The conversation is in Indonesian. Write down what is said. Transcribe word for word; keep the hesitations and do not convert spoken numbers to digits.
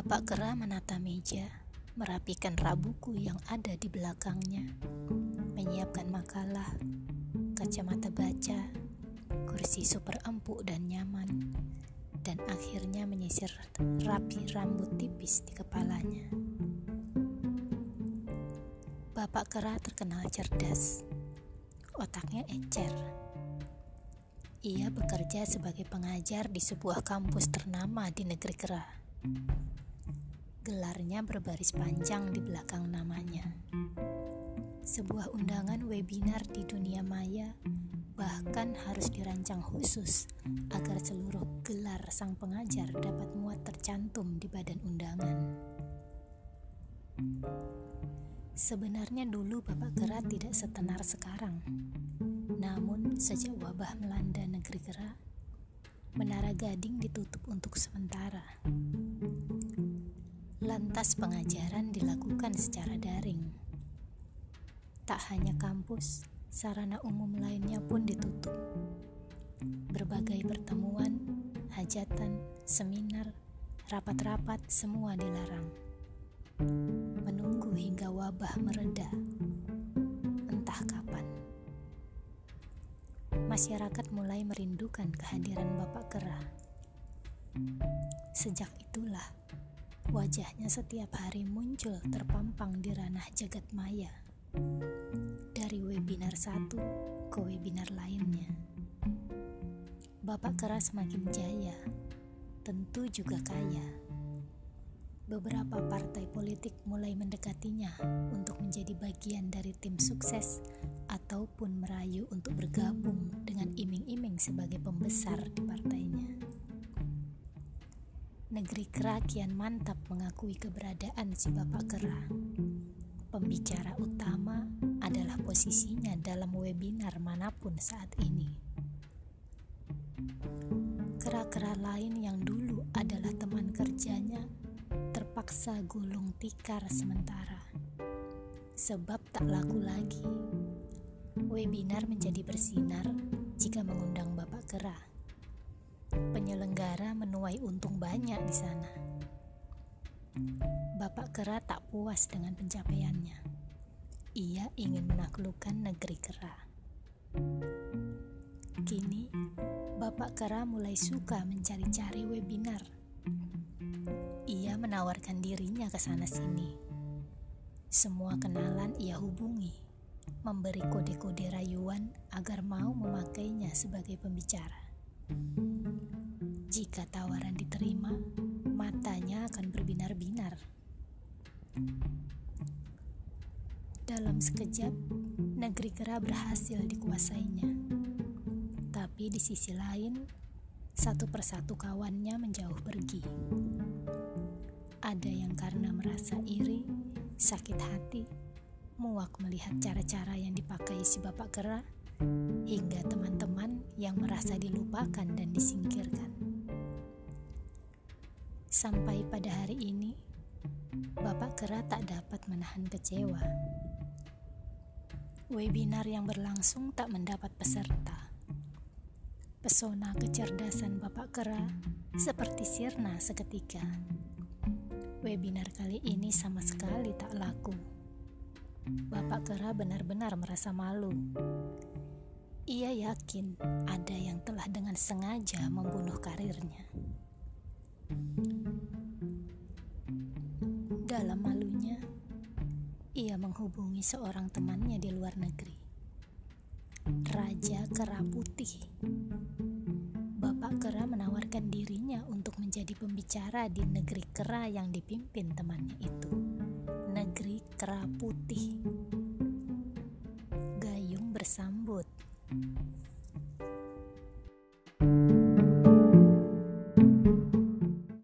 Bapak Kera menata meja, merapikan rabuku yang ada di belakangnya, menyiapkan makalah, kacamata baca, kursi super empuk dan nyaman, dan akhirnya menyisir rapi rambut tipis di kepalanya. Bapak Kera terkenal cerdas, otaknya encer. Ia bekerja sebagai pengajar di sebuah kampus ternama di negeri Kera. Gelarnya berbaris panjang di belakang namanya. Sebuah undangan webinar di dunia maya bahkan harus dirancang khusus agar seluruh gelar sang pengajar dapat muat tercantum di badan undangan. Sebenarnya dulu Bapak Kera tidak setenar sekarang. Namun sejak wabah melanda negeri Kera, Menara Gading ditutup untuk sementara. Lantas pengajaran dilakukan secara daring. Tak hanya kampus, sarana umum lainnya pun ditutup. Berbagai pertemuan, hajatan, seminar, rapat-rapat semua dilarang. Menunggu hingga wabah mereda, entah kapan. Masyarakat mulai merindukan kehadiran Bapak Kera. Sejak itulah, wajahnya setiap hari muncul terpampang di ranah jagat maya. Dari webinar satu ke webinar lainnya. Bapak Kera semakin jaya, tentu juga kaya. Beberapa partai politik mulai mendekatinya untuk menjadi bagian dari tim sukses ataupun merayu untuk bergabung dengan iming-iming sebagai pembesar di partainya. Negeri Kera kian mantap mengakui keberadaan si Bapak Kera. Pembicara utama adalah posisinya dalam webinar manapun saat ini. Kera-kera lain yang dulu adalah teman kerjanya terpaksa gulung tikar sementara, sebab tak laku lagi. Webinar menjadi bersinar jika mengundang Bapak Kera. Penyelenggara menuai untung banyak di sana. Bapak Kera tak puas dengan pencapaiannya. Ia ingin menaklukkan negeri Kera. Kini, Bapak Kera mulai suka mencari-cari webinar. Ia menawarkan dirinya ke sana-sini. Semua kenalan ia hubungi, memberi kode-kode rayuan agar mau memakainya sebagai pembicara. Jika tawaran diterima, matanya akan berbinar-binar. Dalam sekejap, negeri Kera berhasil dikuasainya. Tapi di sisi lain, satu persatu kawannya menjauh pergi. Ada yang karena merasa iri, sakit hati, muak melihat cara-cara yang dipakai si Bapak Kera, hingga teman-teman yang merasa dilupakan dan disingkirkan. Sampai pada hari ini, Bapak Kera tak dapat menahan kecewa. Webinar yang berlangsung tak mendapat peserta. Pesona kecerdasan Bapak Kera seperti sirna seketika. Webinar kali ini sama sekali tak laku. Bapak Kera benar-benar merasa malu. Ia yakin ada yang telah dengan sengaja membunuh karirnya. Dalam malunya, ia menghubungi seorang temannya di luar negeri, Raja Kera Putih. Bapak Kera menawarkan dirinya untuk menjadi pembicara di negeri Kera yang dipimpin temannya itu, negeri Kera Putih. Gayung bersambut.